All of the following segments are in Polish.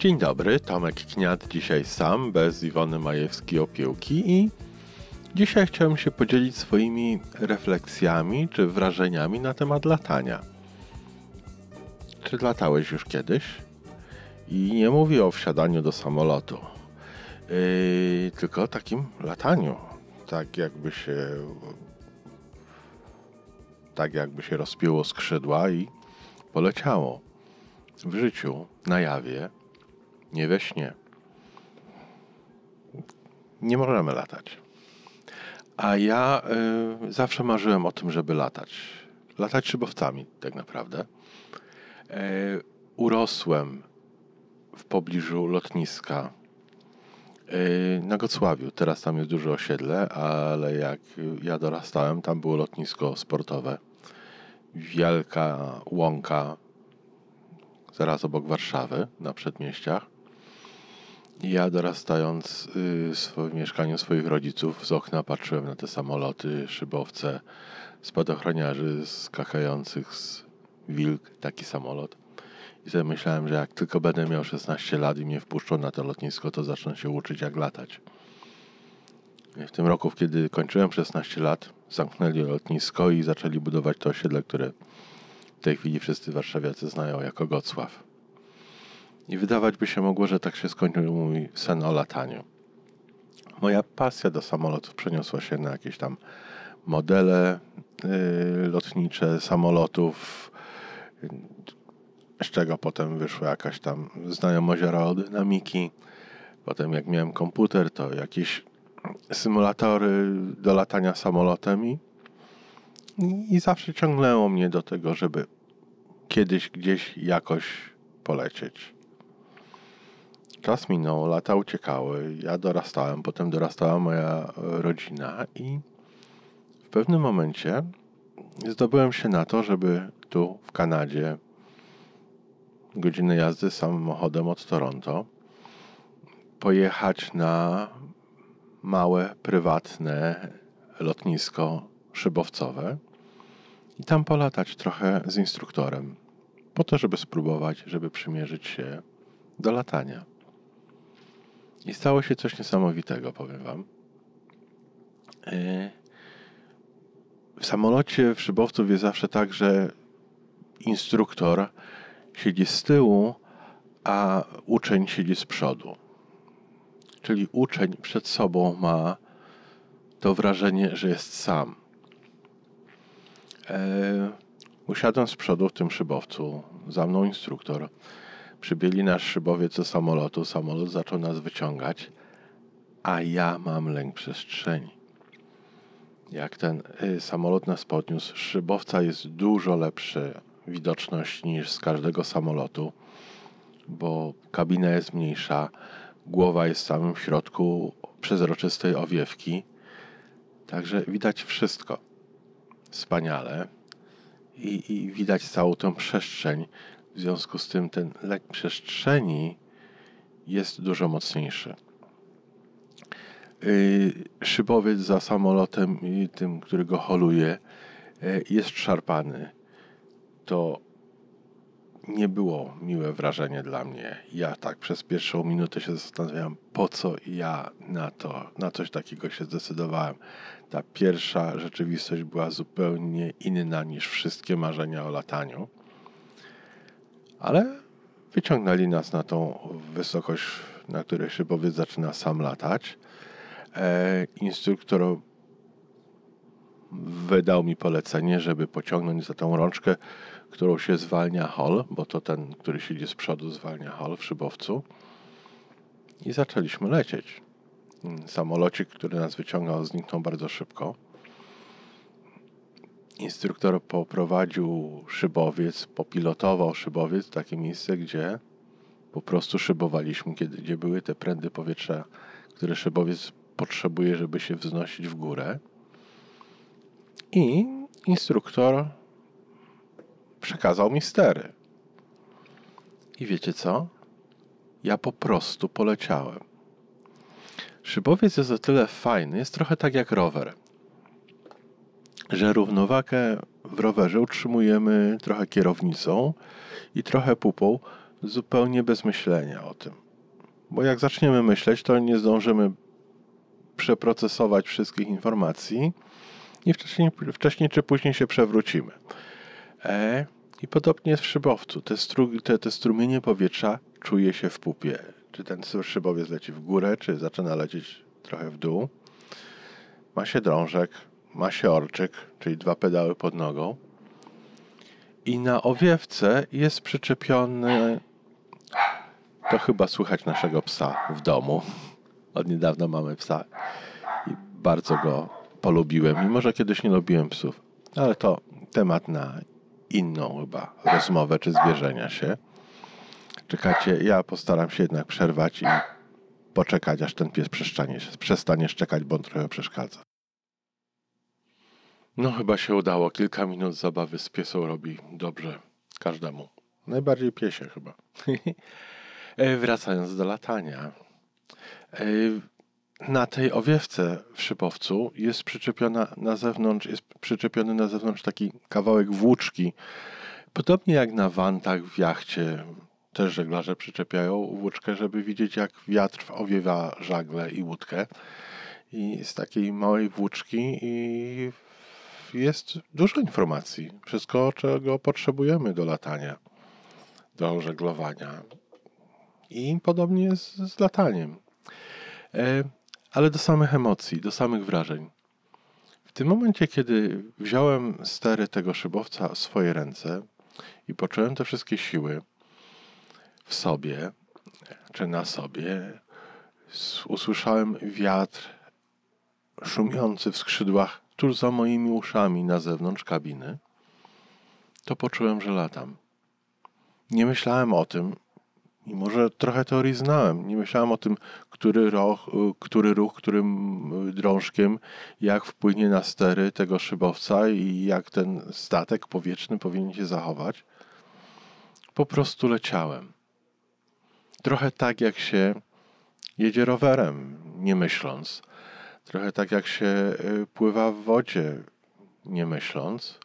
Dzień dobry, Tomek Kniat dzisiaj sam, bez Iwony Majewskiej-Opiełki i dzisiaj chciałem się podzielić swoimi refleksjami czy wrażeniami na temat latania. Czy latałeś już kiedyś? I nie mówię o wsiadaniu do samolotu, tylko o takim lataniu, tak jakby się rozpięło skrzydła i poleciało w życiu, na jawie, nie we śnie. Nie możemy latać. A ja zawsze marzyłem o tym, żeby latać. Latać szybowcami tak naprawdę. Urosłem w pobliżu lotniska na Gocławiu. Teraz tam jest duże osiedle, ale jak ja dorastałem, tam było lotnisko sportowe. Wielka łąka zaraz obok Warszawy, na przedmieściach. I ja dorastając w mieszkaniu swoich rodziców z okna patrzyłem na te samoloty, szybowce, spadochroniarzy skakających z Wilk, taki samolot. I sobie myślałem, że jak tylko będę miał 16 lat i mnie wpuszczą na to lotnisko, to zacznę się uczyć jak latać. I w tym roku, kiedy kończyłem 16 lat, zamknęli lotnisko i zaczęli budować to osiedle, które w tej chwili wszyscy warszawiacy znają jako Gocław. I wydawać by się mogło, że tak się skończył mój sen o lataniu. Moja pasja do samolotów przeniosła się na jakieś tam modele lotnicze samolotów, z czego potem wyszła jakaś tam znajomość aerodynamiki. Potem jak miałem komputer, to jakieś symulatory do latania samolotem i zawsze ciągnęło mnie do tego, żeby kiedyś gdzieś jakoś polecieć. Czas minął, lata uciekały, ja dorastałem, potem dorastała moja rodzina i w pewnym momencie zdobyłem się na to, żeby tu w Kanadzie godzinę jazdy samochodem od Toronto pojechać na małe, prywatne lotnisko szybowcowe i tam polatać trochę z instruktorem, po to, żeby spróbować, żeby przymierzyć się do latania. I stało się coś niesamowitego, powiem wam. W samolocie, w szybowców jest zawsze tak, że instruktor siedzi z tyłu, a uczeń siedzi z przodu. Czyli uczeń przed sobą ma to wrażenie, że jest sam. Usiadłem z przodu w tym szybowcu, za mną instruktor. Przybiegli nasz szybowiec do samolotu, samolot zaczął nas wyciągać, a ja mam lęk przestrzeni. Jak ten samolot nas podniósł, z szybowca jest dużo lepsza widoczność niż z każdego samolotu, bo kabina jest mniejsza, głowa jest w samym środku przezroczystej owiewki, także widać wszystko wspaniale i widać całą tę przestrzeń. W związku z tym ten lek przestrzeni jest dużo mocniejszy. Szybowiec za samolotem, tym, który go holuje, jest szarpany. To nie było miłe wrażenie dla mnie. Ja tak przez pierwszą minutę się zastanawiałem, po co ja na coś takiego się zdecydowałem. Ta pierwsza rzeczywistość była zupełnie inna niż wszystkie marzenia o lataniu. Ale wyciągnęli nas na tą wysokość, na której szybowiec zaczyna sam latać. Instruktor wydał mi polecenie, żeby pociągnąć za tą rączkę, którą się zwalnia hol, bo to ten, który siedzi z przodu, zwalnia hol w szybowcu. I zaczęliśmy lecieć. Samolocik, który nas wyciągał, zniknął bardzo szybko. Instruktor poprowadził szybowiec, popilotował szybowiec w takie miejsce, gdzie po prostu szybowaliśmy, gdzie były te prędy powietrza, które szybowiec potrzebuje, żeby się wznosić w górę. I instruktor przekazał mi stery. I wiecie co? Ja po prostu poleciałem. Szybowiec jest o tyle fajny, jest trochę tak jak rower, że równowagę w rowerze utrzymujemy trochę kierownicą i trochę pupą, w zupełnie bez myślenia o tym. Bo jak zaczniemy myśleć, to nie zdążymy przeprocesować wszystkich informacji i wcześniej czy później się przewrócimy. I podobnie jest w szybowcu. Te strumienie powietrza czuje się w pupie. Czy ten szybowiec leci w górę, czy zaczyna lecieć trochę w dół. Ma się drążek, ma się orczyk, czyli 2 pedały pod nogą. I na owiewce jest przyczepiony, to chyba słychać naszego psa w domu. Od niedawna mamy psa i bardzo go polubiłem, mimo że kiedyś nie lubiłem psów. Ale to temat na inną chyba rozmowę czy zwierzenia się. Czekajcie, ja postaram się jednak przerwać i poczekać, aż ten pies przestanie szczekać, bo on trochę przeszkadza. No chyba się udało. Kilka minut zabawy z piesą robi dobrze każdemu. Najbardziej piesie chyba. Wracając do latania. Na tej owiewce w szybowcu jest przyczepiony na zewnątrz taki kawałek włóczki. Podobnie jak na wantach w jachcie. Też żeglarze przyczepiają włóczkę, żeby widzieć, jak wiatr owiewa żagle i łódkę. I z takiej małej włóczki jest dużo informacji. Wszystko, czego potrzebujemy do latania, do żeglowania. I podobnie jest z lataniem. Ale do samych emocji, do samych wrażeń. W tym momencie, kiedy wziąłem stery tego szybowca w swoje ręce i poczułem te wszystkie siły w sobie, czy na sobie, usłyszałem wiatr szumiący w skrzydłach tuż za moimi uszami na zewnątrz kabiny, to poczułem, że latam. Nie myślałem o tym, mimo że trochę teorii znałem, nie myślałem o tym, który ruch, którym drążkiem, jak wpłynie na stery tego szybowca i jak ten statek powietrzny powinien się zachować. Po prostu leciałem. Trochę tak, jak się jedzie rowerem, nie myśląc. Trochę tak, jak się pływa w wodzie, nie myśląc.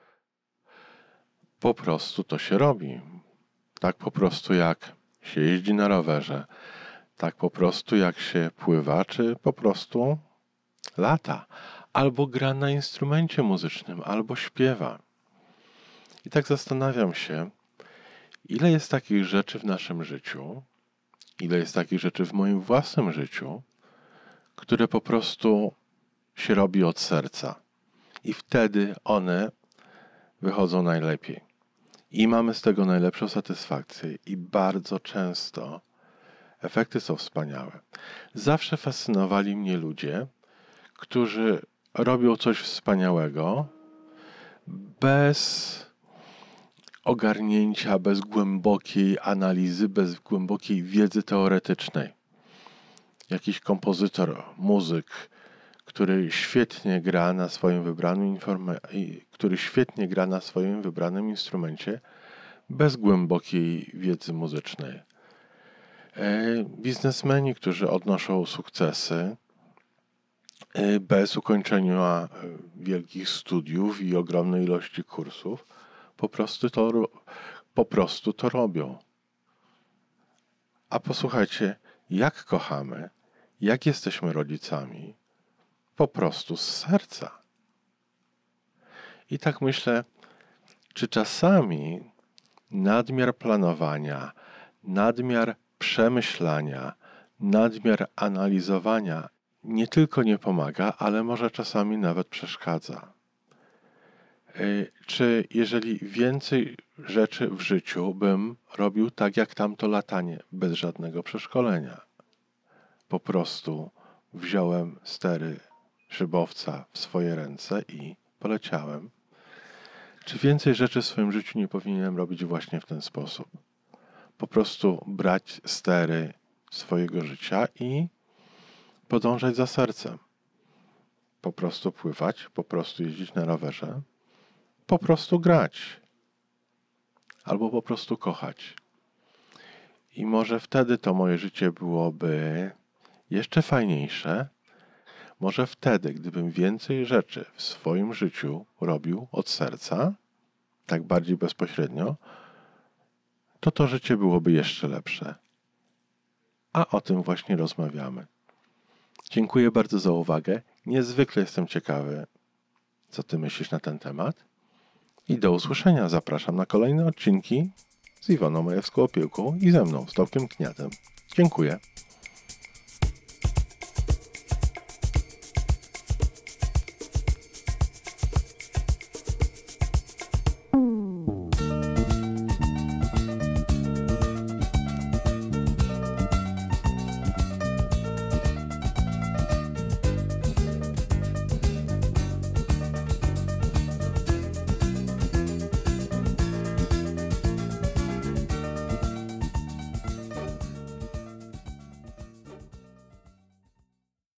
Po prostu to się robi. Tak po prostu jak się jeździ na rowerze. Tak po prostu jak się pływa, czy po prostu lata. Albo gra na instrumencie muzycznym, albo śpiewa. I tak zastanawiam się, ile jest takich rzeczy w naszym życiu, ile jest takich rzeczy w moim własnym życiu, które po prostu się robi od serca. I wtedy one wychodzą najlepiej. I mamy z tego najlepszą satysfakcję. I bardzo często efekty są wspaniałe. Zawsze fascynowali mnie ludzie, którzy robią coś wspaniałego bez ogarnięcia, bez głębokiej analizy, bez głębokiej wiedzy teoretycznej. Jakiś kompozytor, muzyk, który świetnie gra na swoim wybranym instrumencie, bez głębokiej wiedzy muzycznej. Biznesmeni, którzy odnoszą sukcesy bez ukończenia wielkich studiów i ogromnej ilości kursów, po prostu to robią. A posłuchajcie, jak kochamy, jak jesteśmy rodzicami, po prostu z serca. I tak myślę, czy czasami nadmiar planowania, nadmiar przemyślania, nadmiar analizowania nie tylko nie pomaga, ale może czasami nawet przeszkadza. Czy jeżeli więcej rzeczy w życiu bym robił tak jak tamto latanie, bez żadnego przeszkolenia. Po prostu wziąłem stery szybowca w swoje ręce i poleciałem. Czy więcej rzeczy w swoim życiu nie powinienem robić właśnie w ten sposób? Po prostu brać stery swojego życia i podążać za sercem. Po prostu pływać, po prostu jeździć na rowerze, po prostu grać. Albo po prostu kochać. I może wtedy to moje życie byłoby jeszcze fajniejsze. Może wtedy, gdybym więcej rzeczy w swoim życiu robił od serca, tak bardziej bezpośrednio, to życie byłoby jeszcze lepsze. A o tym właśnie rozmawiamy. Dziękuję bardzo za uwagę. Niezwykle jestem ciekawy, co ty myślisz na ten temat. I do usłyszenia. Zapraszam na kolejne odcinki z Iwoną Majewską Opiełką i ze mną, z Tomkiem Kniatem. Dziękuję.